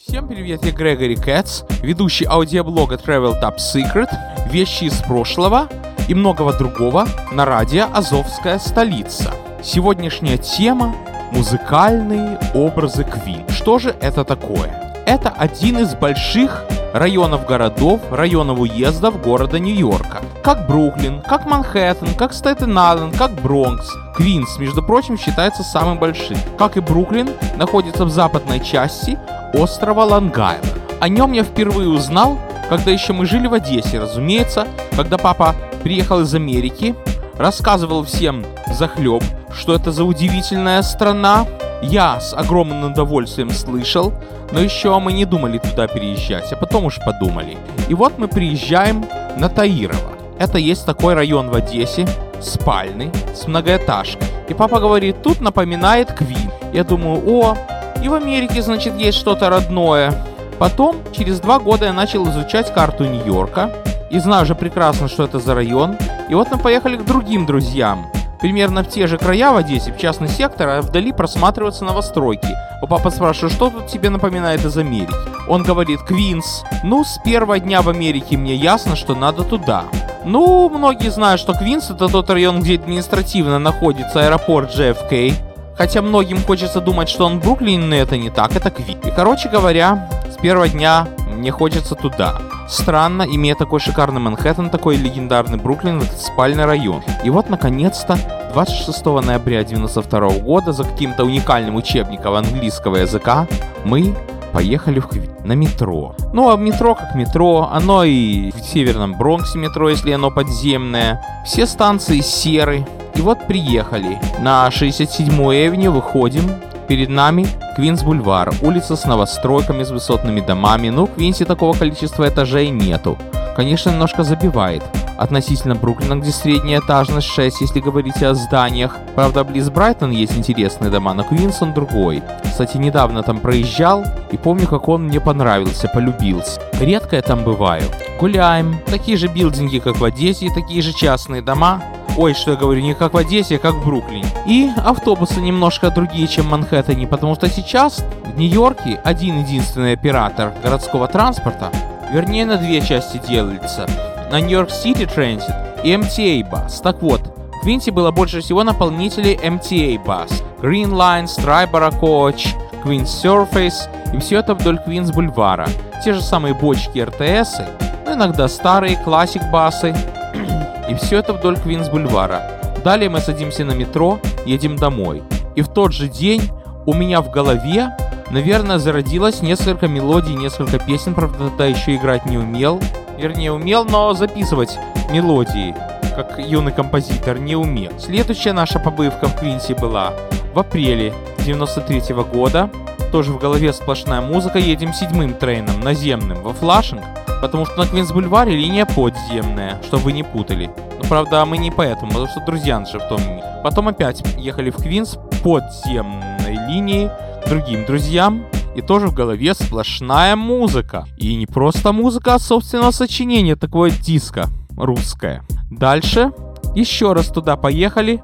Всем привет, я Грегори Кэтс, ведущий аудиоблога Travel Top Secret, вещи из прошлого и многого другого на радио «Азовская столица». Сегодняшняя тема – музыкальные образы Квин. Что же это такое? Это один из больших районов городов, районов уездов города Нью-Йорка. Как Бруклин, как Манхэттен, как Стейтен-Айленд, как Бронкс. Квинс, между прочим, считается самым большим. Как и Бруклин, находится в западной части острова Лонг-Айленд. О нем я впервые узнал, когда еще мы жили в Одессе, разумеется, когда папа приехал из Америки, рассказывал всем взахлеб, что это за удивительная страна. Я с огромным удовольствием слышал, но еще мы не думали туда переезжать, а потом уж подумали. И вот мы приезжаем на Таирово. Это есть такой район в Одессе, спальный, с многоэтажкой. И папа говорит, тут напоминает Квин. Я думаю, о, и в Америке, значит, есть что-то родное. Потом, через 2 года я начал изучать карту Нью-Йорка. И знаю же прекрасно, что это за район. И вот мы поехали к другим друзьям. Примерно в те же края в Одессе, в частный сектор, а вдали просматриваются новостройки. У папы спрашиваю, что тут тебе напоминает из Америки? Он говорит, Квинс. Ну, с первого дня в Америке мне ясно, что надо туда. Ну, многие знают, что Квинс — это тот район, где административно находится аэропорт JFK. Хотя многим хочется думать, что он в Бруклине, но это не так, это Квинс. И, короче говоря, с первого дня мне хочется туда. Странно, имея такой шикарный Манхэттен, такой легендарный Бруклин, этот спальный район. И вот, наконец-то, 26 ноября 1992 года за каким-то уникальным учебником английского языка мы поехали в Квин на метро. Ну, а метро как метро, оно и в Северном Бронксе метро, если оно подземное. Все станции серы. И вот приехали. На 67-ю Эвеню выходим. Перед нами Квинс-бульвар, улица с новостройками, с высотными домами. Ну, в Квинсе такого количества этажей нету. Конечно, немножко забивает. Относительно Бруклина, где средняя этажность 6, если говорить о зданиях. Правда, близ Брайтон есть интересные дома, но Квинс он другой. Кстати, недавно там проезжал и помню, как он мне понравился, полюбился. Редко я там бываю. Гуляем. Такие же билдинги, как в Одессе, такие же частные дома. Ой, что я говорю, не как в Одессе, а как в Бруклине. И автобусы немножко другие, чем в Манхэттене, потому что сейчас в Нью-Йорке один-единственный оператор городского транспорта, вернее на 2 части делится. На Нью-Йорк City Transit и MTA Bus. Так вот, в Квинсе было больше всего наполнителей MTA Bus. Green Line, Striborough Coach, Queen's Surface и все это вдоль Квинс-бульвара. Те же самые бочки РТС, но иногда старые классик-басы. И все это вдоль Квинс-бульвара. Далее мы садимся на метро, едем домой. И в тот же день у меня в голове, наверное, зародилось несколько мелодий, несколько песен. Правда, тогда еще играть не умел. Вернее, умел, но записывать мелодии, как юный композитор, не умел. Следующая наша побывка в Квинсе была в апреле 93 года. Тоже в голове сплошная музыка. Едем 7-м трейном, наземным, во Флашинг. Потому что на Квинс-бульваре линия подземная, чтобы вы не путали. Но, правда, мы не поэтому, потому что друзья наши в том. Потом опять ехали в Квинс подземной линии к другим друзьям. И тоже в голове сплошная музыка. И не просто музыка, а собственного сочинения, такое диско русское. Дальше еще раз туда поехали.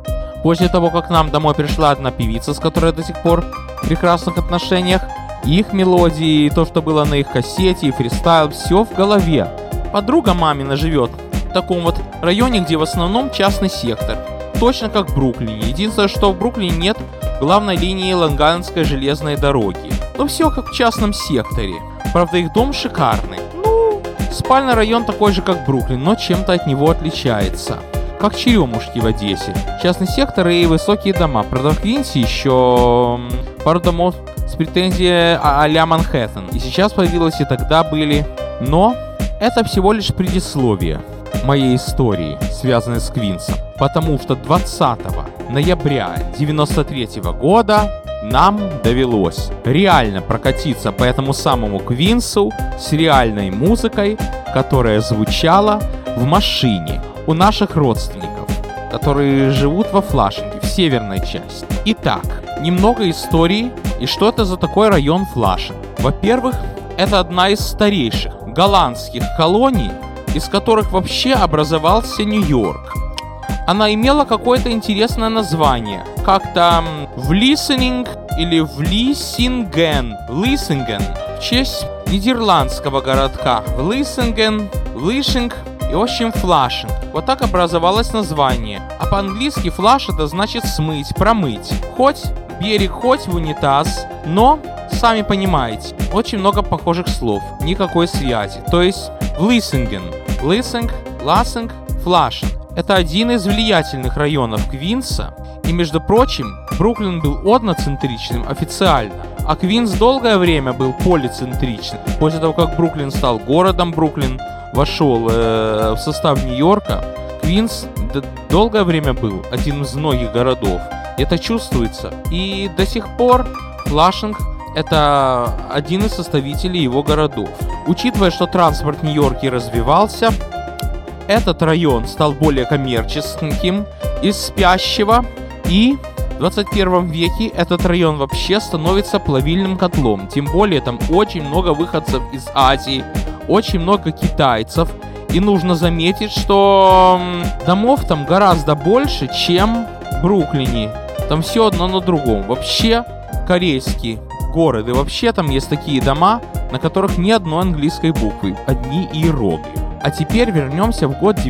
После того, как к нам домой пришла одна певица, с которой я до сих пор в прекрасных отношениях. Их мелодии, и то, что было на их кассете, и фристайл, все в голове. Подруга мамина живет в таком вот районе, где в основном частный сектор. Точно как в Бруклине. Единственное, что в Бруклине нет главной линии Лонг-Айлендской железной дороги. Но все как в частном секторе. Правда, их дом шикарный. Ну, спальный район такой же, как Бруклин, но чем-то от него отличается. Как Черемушки в Одессе. Частный сектор и высокие дома. Правда, в Квинсе еще пару домов с претензией а-ля Манхэттен. И сейчас появилось, и тогда были. Но это всего лишь предисловие моей истории, связанной с Квинсом. Потому что 20 ноября 93 года нам довелось реально прокатиться по этому самому Квинсу с реальной музыкой, которая звучала в машине у наших родственников, которые живут во Флашинге, в северной части. Итак, немного истории и что это за такой район Флашинг. Во-первых, это одна из старейших голландских колоний, из которых вообще образовался Нью-Йорк. Она имела какое-то интересное название, как-то в listening или Vlissingen, в честь нидерландского городка Vlissingen, Vlissing и, в общем, Флашинг. Вот так образовалось название. А по-английски флаш это значит смыть, промыть. Хоть берег, хоть в унитаз, но, сами понимаете, очень много похожих слов, никакой связи. То есть Vlissingen, Vlissing, Lassing, Флашинг. Это один из влиятельных районов Квинса. И, между прочим, Бруклин был одноцентричным официально, а Квинс долгое время был полицентричным. После того, как Бруклин стал городом, Бруклин вошел в состав Нью-Йорка, Квинс долгое время был один из многих городов. Это чувствуется. И до сих пор Флашинг — это один из составителей его городов. Учитывая, что транспорт в Нью-Йорке развивался, этот район стал более коммерческим из спящего, и в 21 веке этот район вообще становится плавильным котлом. Тем более там очень много выходцев из Азии, очень много китайцев. И нужно заметить, что домов там гораздо больше, чем в Бруклине. Там все одно на другом. Вообще корейские города, вообще там есть такие дома, на которых ни одной английской буквы, одни иероглифы. А теперь вернемся в год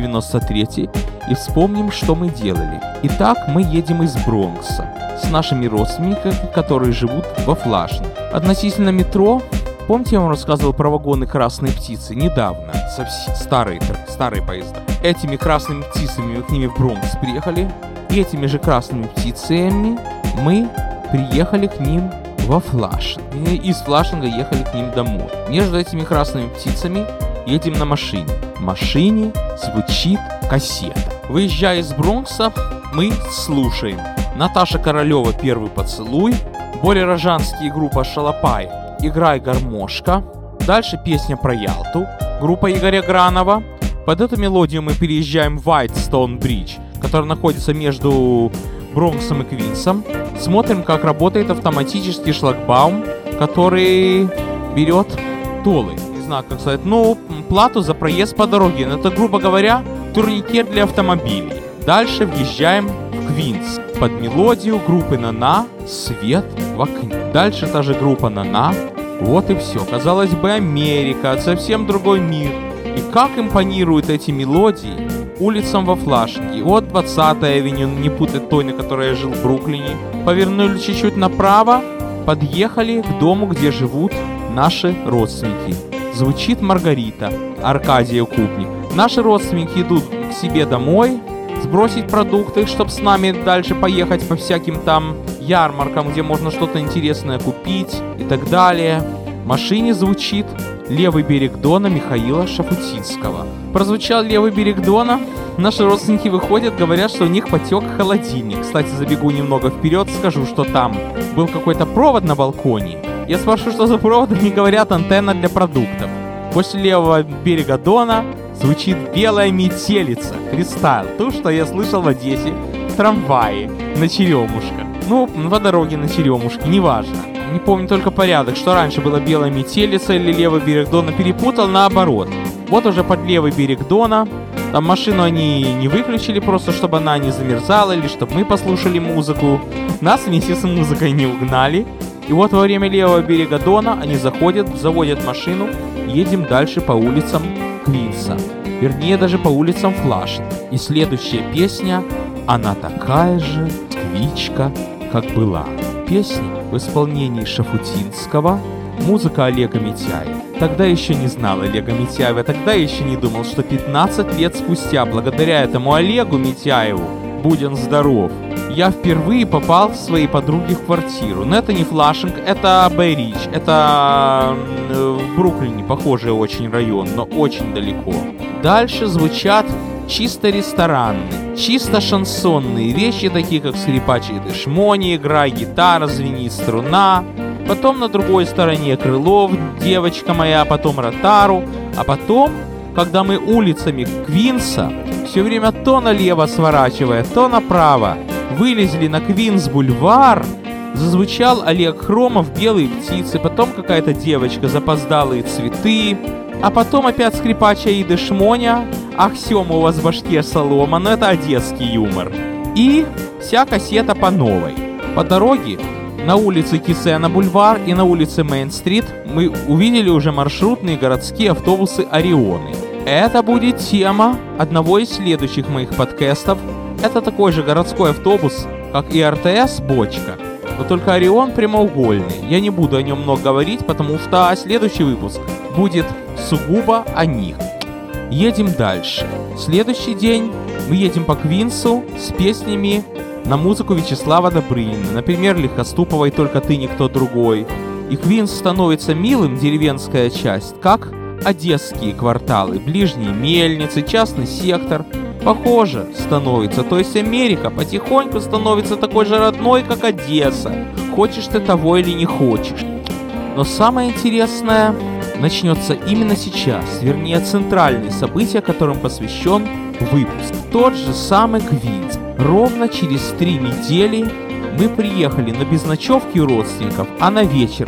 93 и вспомним, что мы делали. Итак, мы едем из Бронкса с нашими родственниками, которые живут во Флашинге. Относительно метро, помните, я вам рассказывал про вагоны «Красной птицы» недавно? Старые поезда. Этими красными птицами мы к ними в Бронкс приехали, и этими же красными птицами мы приехали к ним во Флашинг. И из Флашинга ехали к ним домой. Между этими красными птицами едем на машине. В машине звучит кассета. Выезжая из Бронкса, мы слушаем Наташа Королева «Первый поцелуй», Боря Рожанский и группа «Шалопай» «Играй, гармошка». Дальше песня про Ялту, группа Игоря Гранова. Под эту мелодию мы переезжаем в Whitestone Bridge, который находится между Бронксом и Квинсом. Смотрим, как работает автоматический шлагбаум, который берет толы. Не знаю, как сказать, плату за проезд по дороге. Это, грубо говоря, турникет для автомобилей. Дальше въезжаем в Квинс под мелодию группы «На-На» «Свет в окне». Дальше та же группа «На-На». Вот и все. Казалось бы, Америка, совсем другой мир. И как импонируют эти мелодии улицам во Флашинге. Вот 20-я авеню, не путать той, на которой я жил в Бруклине. Повернули чуть-чуть направо, подъехали к дому, где живут наши родственники. Звучит Маргарита, Аркадия Купник. Наши родственники идут к себе домой, сбросить продукты, чтобы с нами дальше поехать по всяким там ярмаркам, где можно что-то интересное купить и так далее. В машине звучит «Левый берег Дона» Михаила Шафутинского. Прозвучал «Левый берег Дона». Наши родственники выходят, говорят, что у них потек холодильник. Кстати, забегу немного вперед, скажу, что там был какой-то провод на балконе. Я спрашиваю, что за провод, они говорят, антенна для продуктов. После «Левого берега Дона» звучит «Белая метелица» Фристайл. То, что я слышал в Одессе в трамвае на Черемушках. По дороге на Черемушке, неважно. Не помню только порядок, что раньше было «Белая метелица» или «Левый берег Дона», перепутал наоборот. Вот уже под «Левый берег Дона». Там машину они не выключили, просто чтобы она не замерзала, или чтобы мы послушали музыку. Нас вместе с музыкой не угнали. И вот во время «Левого берега Дона» они заходят, заводят машину, едем дальше по улицам Квинса. Вернее, даже по улицам Флашинга. И следующая песня «Она такая же москвичка, как была». Песня в исполнении Шафутинского, музыка Олега Митяева. Тогда еще не знал Олега Митяева, тогда еще не думал, что 15 лет спустя, благодаря этому Олегу Митяеву, будь он здоров, я впервые попал к своей подруге в квартиру. Но это не Флашинг, это Бэй-Ридж, это в Бруклине похожий очень район, но очень далеко. Дальше звучат чисто ресторанные, чисто шансонные вещи, такие как скрипачий дешмони, играй гитара, звенит струна. Потом на другой стороне Крылов, девочка моя, потом Ротару. А потом, когда мы улицами Квинса, все время то налево сворачивая, то направо, вылезли на Квинс-бульвар, зазвучал Олег Хромов «Белые птицы», потом какая-то девочка «Запоздалые цветы», а потом опять скрипача Ида Шмоня «Ах, Сёма, у вас в башке солома», но это одесский юмор. И вся кассета по новой. По дороге на улице Кисена-Бульвар и на улице Мейн-Стрит мы увидели уже маршрутные городские автобусы «Орионы». Это будет тема одного из следующих моих подкастов. Это такой же городской автобус, как и РТС «Бочка», но только «Орион» прямоугольный. Я не буду о нем много говорить, потому что следующий выпуск будет сугубо о них. Едем дальше. Следующий день мы едем по Квинсу с песнями на музыку Вячеслава Добрынина, например, Легкоступовой «Только ты, никто другой». И Квинс становится милым, деревенская часть, как одесские кварталы, ближние мельницы, частный сектор. Похоже становится, то есть Америка потихоньку становится такой же родной, как Одесса. Хочешь ты того или не хочешь. Но самое интересное начнется именно сейчас, вернее центральное событие, которым посвящен выпуск. Тот же самый Квинс. Ровно через 3 недели мы приехали, но без ночевки у родственников, а на вечер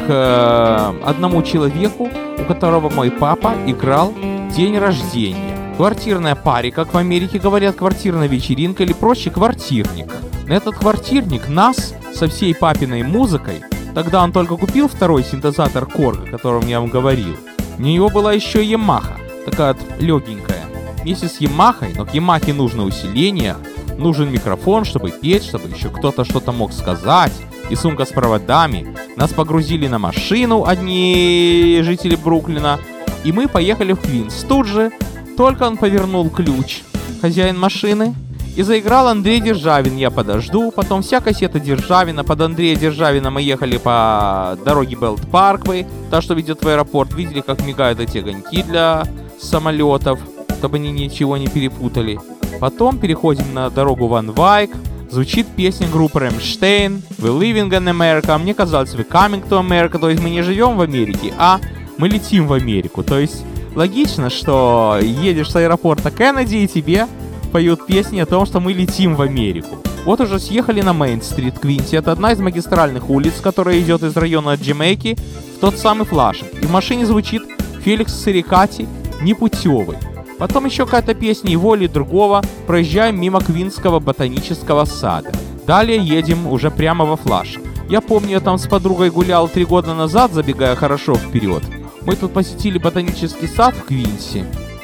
к одному человеку, у которого мой папа играл день рождения. Квартирная пари, как в Америке говорят, квартирная вечеринка или проще квартирник. На этот квартирник нас со всей папиной музыкой, тогда он только купил второй синтезатор Korg, о котором я вам говорил. У него была еще Yamaha, такая вот легенькая. Вместе с Ямахой, но к Ямахе нужно усиление, нужен микрофон, чтобы петь, чтобы еще кто-то что-то мог сказать, и сумка с проводами. Нас погрузили на машину одни жители Бруклина, и мы поехали в Квинс. Тут же, только он повернул ключ, хозяин машины, и заиграл Андрей Державин «Я подожду». Потом вся кассета Державина. Под Андрея Державина мы ехали по дороге Белт Парквей, та, что ведет в аэропорт. Видели, как мигают эти огоньки для самолетов, чтобы они ничего не перепутали. Потом переходим на дорогу Ван Вайк. Звучит песня группы Rammstein «We're living in America». Мне казалось, «We're coming to America». То есть мы не живем в Америке, а мы летим в Америку. То есть логично, что едешь с аэропорта Кеннеди и тебе поют песни о том, что мы летим в Америку. Вот уже съехали на Мейн-стрит Квинси. Это одна из магистральных улиц, которая идет из района Джамайки в тот самый Флашинг. И в машине звучит Феликс Сарикати «Непутевый». Потом еще какая-то песня его или другого. Проезжаем мимо Квинского ботанического сада. Далее едем уже прямо во Флашинг. Я помню, я там с подругой гулял 3 года назад, забегая хорошо вперед. Мы тут посетили ботанический сад в Квинси.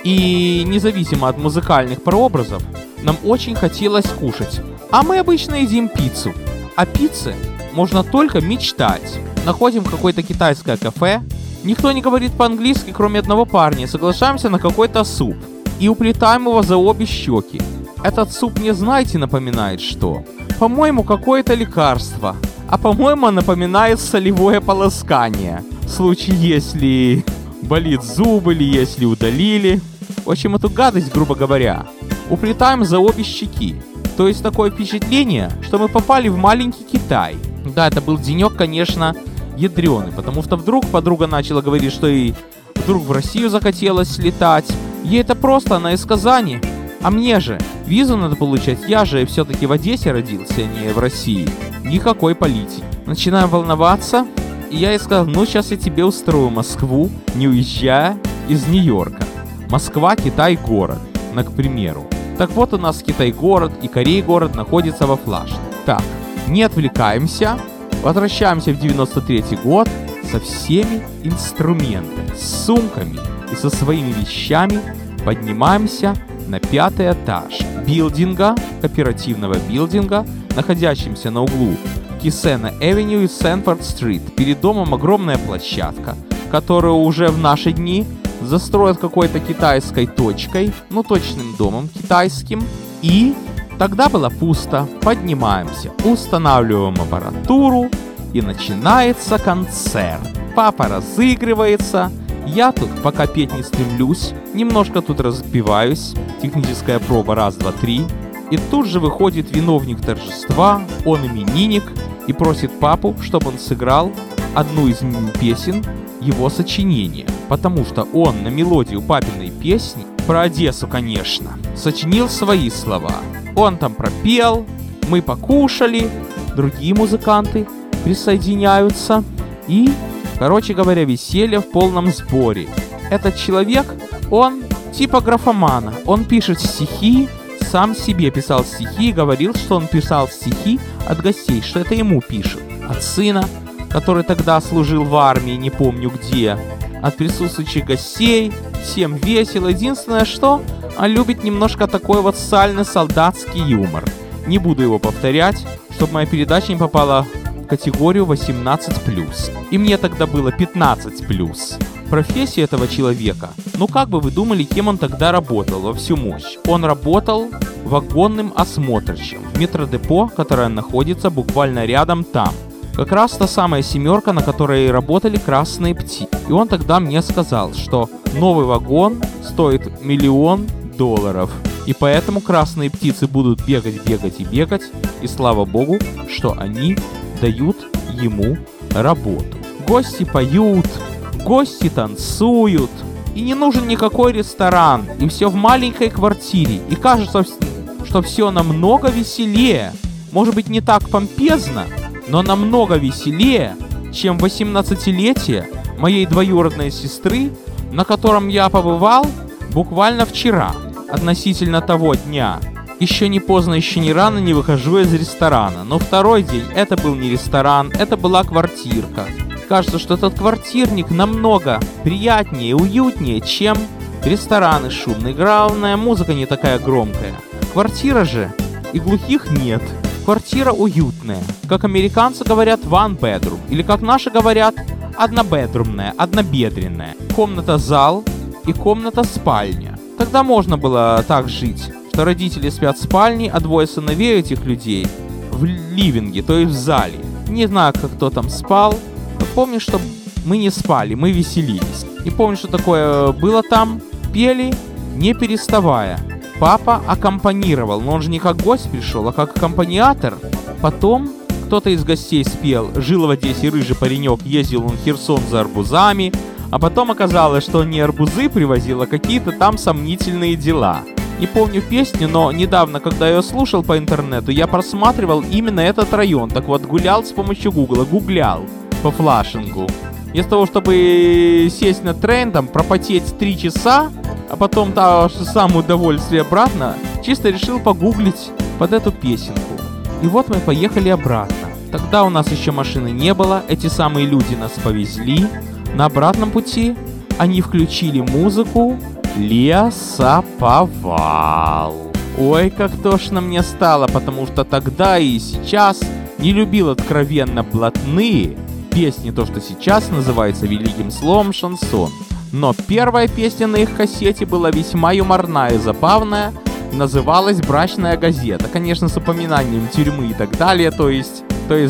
И независимо от музыкальных прообразов, нам очень хотелось кушать. А мы обычно едим пиццу. О пицце можно только мечтать. Находим какое-то китайское кафе. Никто не говорит по-английски, кроме одного парня. Соглашаемся на какой-то суп. И уплетаем его за обе щеки. Этот суп мне, знаете, напоминает что? По-моему, какое-то лекарство. А по-моему, напоминает солевое полоскание. В случае, если болит зуб или если удалили. В общем, эту гадость, грубо говоря, уплетаем за обе щеки. То есть такое впечатление, что мы попали в маленький Китай. Да, это был денек, конечно, ядреный, потому что вдруг подруга начала говорить, что и вдруг в Россию захотелось слетать. Ей это просто, она из Казани. А мне же визу надо получать, я же все-таки в Одессе родился, а не в России. Никакой политики. Начинаем волноваться, и я ей сказал, ну сейчас я тебе устрою Москву, не уезжая из Нью-Йорка. Москва, Китай, город, к примеру. Так вот у нас Китай-город и Корей-город находится во Флашинг. Так, не отвлекаемся, возвращаемся в 93-й год со всеми инструментами, с сумками и со своими вещами поднимаемся на 5-й этаж билдинга, кооперативного билдинга, находящимся на углу Кисена-Эвеню и Сенфорд-стрит. Перед домом огромная площадка, которую уже в наши дни застроят какой-то китайской точкой, ну точным домом китайским. И тогда было пусто. Поднимаемся, устанавливаем аппаратуру и начинается концерт. Папа разыгрывается. Я тут пока петь не стремлюсь, немножко тут разбиваюсь. Техническая проба, 1, 2, 3. И тут же выходит виновник торжества, он именинник, и просит папу, чтобы он сыграл одну из песен его сочинения. Потому что он на мелодию папиной песни, про Одессу, конечно, сочинил свои слова. Он там пропел, мы покушали, другие музыканты присоединяются. И, короче говоря, веселье в полном сборе. Этот человек, он типа графомана. Он пишет стихи, сам себе писал стихи и говорил, что он писал стихи от гостей, что это ему пишут. от сына, который тогда служил в армии, не помню где, от присутствующих гостей. Всем весело. Единственное, что он любит немножко такой вот сально-солдатский юмор. Не буду его повторять, чтобы моя передача не попала в категорию 18+. И мне тогда было 15+. Профессия этого человека, ну как бы вы думали, кем он тогда работал во всю мощь? Он работал вагонным осмотрщиком в метродепо, которое находится буквально рядом там. Как раз та самая семерка, на которой работали красные птицы. И он тогда мне сказал, что новый вагон стоит $1 миллион. И поэтому красные птицы будут бегать. И слава богу, что они дают ему работу. Гости поют, гости танцуют. И не нужен никакой ресторан. И все в маленькой квартире. И кажется, что все намного веселее. Может быть, не так помпезно, но намного веселее, чем 18-летие моей двоюродной сестры, на котором я побывал буквально вчера, относительно того дня. Еще не поздно, еще не рано, не выхожу из ресторана. Но второй день это был не ресторан, это была квартирка. Кажется, что этот квартирник намного приятнее и уютнее, чем рестораны шумные. Главное, музыка не такая громкая. Квартира же и глухих нет. Квартира уютная. Как американцы говорят, one bedroom. Или как наши говорят, однобедрумная, однобедренная. Комната-зал и комната-спальня. Тогда можно было так жить, что родители спят в спальне, а двое сыновей этих людей в ливинге, то есть в зале. Не знаю, как кто там спал. Но помню, что мы не спали, мы веселились. И помню, что такое было там. Пели, не переставая. Папа аккомпанировал, но он же не как гость пришел, а как аккомпаниатор. Потом кто-то из гостей спел «Жил в Одессе рыжий паренек, ездил он в Херсон за арбузами». А потом оказалось, что он не арбузы привозил, а какие-то там сомнительные дела. Не помню песню, но недавно, когда я ее слушал по интернету, я просматривал именно этот район. Так вот, гулял с помощью гугла, гуглял по флашингу. Вместо того, чтобы сесть на трейн, там, пропотеть 3 часа, а потом то же самое удовольствие обратно, чисто решил погуглить под эту песенку. И вот мы поехали обратно. Тогда у нас еще машины не было, эти самые люди нас повезли. На обратном пути они включили музыку «Лесоповал». Ой, как тошно мне стало, потому что тогда и сейчас не любил откровенно блатные песни, то, что сейчас называется великим словом шансон. Но первая песня на их кассете была весьма юморная и забавная, называлась «Брачная газета». Конечно, с упоминанием тюрьмы и так далее, то есть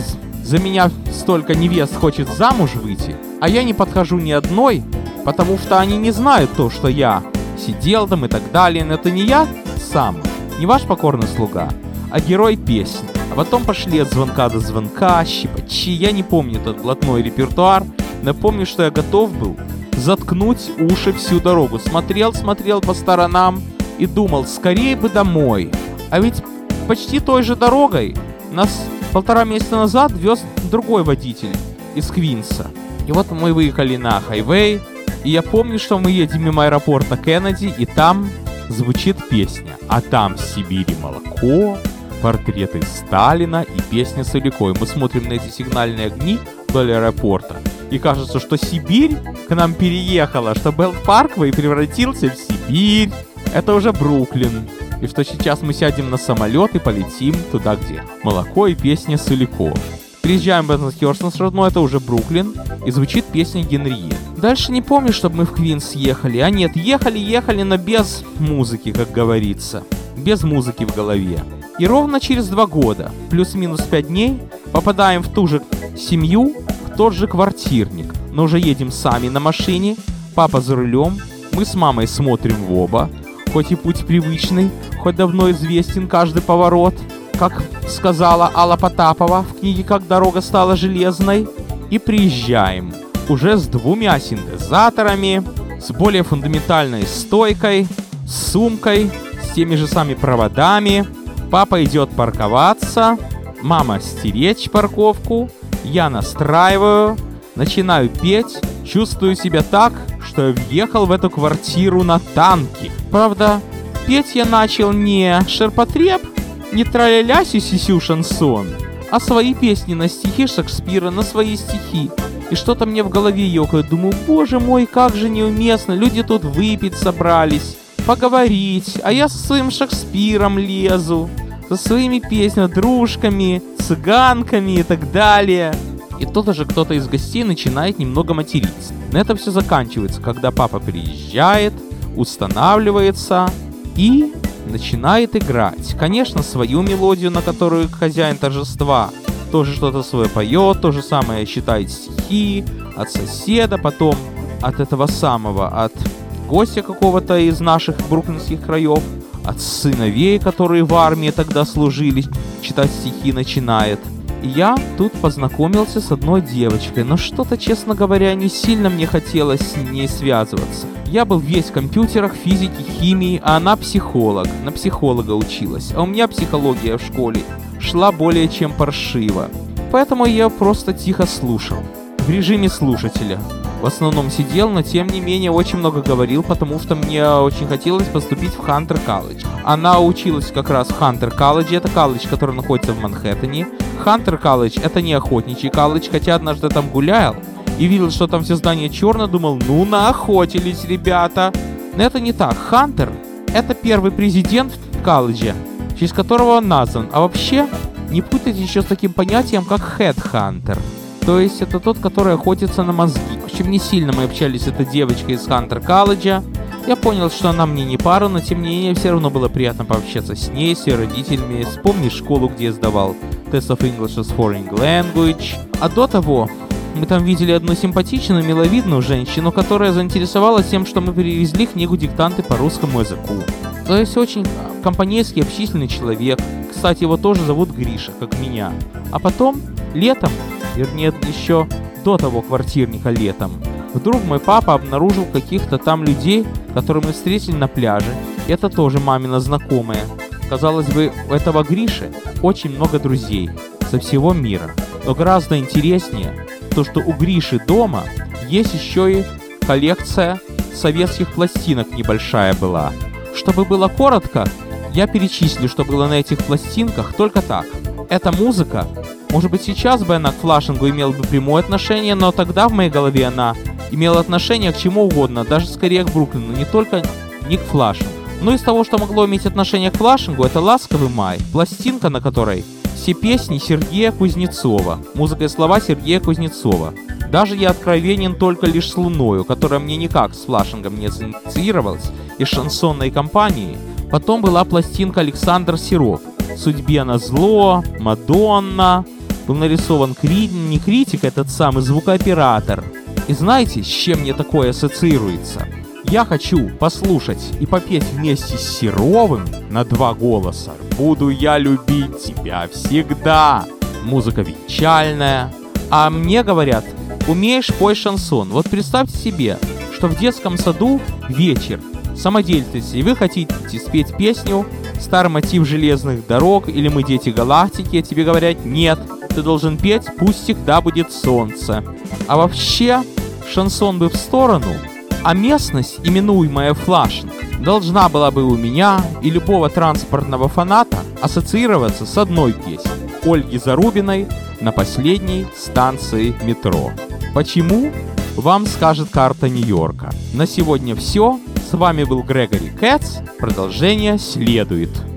за меня столько невест хочет замуж выйти, а я не подхожу ни одной, потому что они не знают то, что я сидел там и так далее. Но это не я сам, не ваш покорный слуга, а герой песни. А потом пошли от звонка до звонка, щипачи. Я не помню этот блатной репертуар, но помню, что я готов был заткнуть уши всю дорогу. Смотрел по сторонам и думал, скорее бы домой. А ведь почти той же дорогой нас 1,5 месяца назад вез другой водитель из Квинса. И вот мы выехали на хайвей, и я помню, что мы едем мимо аэропорта Кеннеди, и там звучит песня. А там в Сибири молоко, портреты Сталина и песня Солякой. Мы смотрим на эти сигнальные огни вдоль аэропорта, и кажется, что Сибирь к нам переехала, что Белл Парквей превратился в Сибирь. Это уже Бруклин. И что сейчас мы сядем на самолет и полетим туда, где молоко и песня Соляков. Приезжаем в Бенсхерстон родной, это уже Бруклин, и звучит песня Генриетты. Дальше не помню, чтобы мы в Квинс ехали. А нет, ехали, но без музыки, как говорится. Без музыки в голове. И ровно через 2 года, плюс-минус 5 дней, попадаем в ту же семью, в тот же квартирник. Но уже едем сами на машине, папа за рулем, мы с мамой смотрим в оба. Хоть и путь привычный, хоть давно известен каждый поворот, как сказала Алла Потапова в книге «Как дорога стала железной». И приезжаем уже с 2 синтезаторами, с более фундаментальной стойкой, с сумкой, с теми же самыми проводами. Папа идет парковаться, мама стеречь парковку, я настраиваю, начинаю петь, чувствую себя так, что я въехал в эту квартиру на танке. Правда, петь я начал не ширпотреб, не траля-ля сю-сю-сю шансон, а свои песни на стихи Шекспира, на свои стихи. И что-то мне в голове ёкает. Думаю, боже мой, как же неуместно. Люди тут выпить собрались, поговорить. А я со своим Шекспиром лезу. Со своими песнями, дружками, цыганками и так далее. И тут же кто-то из гостей начинает немного материться. На это все заканчивается, когда папа приезжает, устанавливается и начинает играть. Конечно, свою мелодию, на которую хозяин торжества тоже что-то свое поет, то же самое читает стихи от соседа, потом от этого самого, от гостя какого-то из наших бруклинских краев, от сыновей, которые в армии тогда служили, читать стихи начинает. И я тут познакомился с одной девочкой, но что-то, честно говоря, не сильно мне хотелось с ней связываться. Я был весь в компьютерах, физике, химии, а она психолог, на психолога училась, а у меня психология в школе шла более чем паршиво. Поэтому я просто тихо слушал, в режиме слушателя. В основном сидел, но тем не менее очень много говорил, потому что мне очень хотелось поступить в Хантер колледж. Она училась как раз в Хантер колледже, это колледж, который находится в Манхэттене. Хантер колледж это не охотничий колледж, хотя однажды там гулял и видел, что там все здания черные, думал, ну наохотились ребята. Но это не так. Хантер это первый президент в колледже, в честь которого он назван. А вообще, не путайте еще с таким понятием, как headhunter. То есть это тот, который охотится на мозги. В общем, не сильно мы общались с этой девочкой из Хантер колледжа. Я понял, что она мне не пара, но тем не менее все равно было приятно пообщаться с ней, с ее родителями, вспомнить школу, где я сдавал Test of English as Foreign Language. А до того мы там видели одну симпатичную, миловидную женщину, которая заинтересовалась тем, что мы перевезли книгу диктанты по русскому языку. То есть очень компанейский, общительный человек. Кстати, его тоже зовут Гриша, как меня. А потом, летом, вернее, еще до того квартирника летом, вдруг мой папа обнаружил каких-то там людей, которых мы встретили на пляже. Это тоже мамина знакомая. Казалось бы, у этого Гриши очень много друзей со всего мира. Но гораздо интереснее то, что у Гриши дома есть еще и коллекция советских пластинок небольшая была. Чтобы было коротко, я перечислю, что было на этих пластинках только так. Эта музыка, может быть, сейчас бы она к флашингу имела бы прямое отношение, но тогда в моей голове она имела отношение к чему угодно, даже скорее к Бруклину, не к флашингу. Но из того, что могло иметь отношение к флашингу, это «Ласковый май», пластинка, на которой все песни Сергея Кузнецова, музыка и слова Сергея Кузнецова. Даже я откровенен только лишь с «Луною», которая мне никак с флашингом не ассоциировалась, из шансонной компании. Потом была пластинка Александр Серов, «Судьбе назло», «Мадонна». Был нарисован не критик, этот самый звукооператор. И знаете, с чем мне такое ассоциируется? Я хочу послушать и попеть вместе с Серовым на 2 голоса «Буду я любить тебя всегда». Музыка венчальная. А мне говорят, умеешь, пой шансон. Вот представьте себе, что в детском саду вечер самодеятельности, и вы хотите спеть песню «Старый мотив железных дорог» или «Мы дети галактики», а тебе говорят «Нет, ты должен петь «Пусть всегда будет солнце». А вообще, шансон бы в сторону, а местность, именуемая флашинг, должна была бы у меня и любого транспортного фаната ассоциироваться с одной песней Ольги Зарубиной «На последней станции метро». Почему? Вам скажет карта Нью-Йорка. На сегодня все. С вами был Грегори Кэтс. Продолжение следует.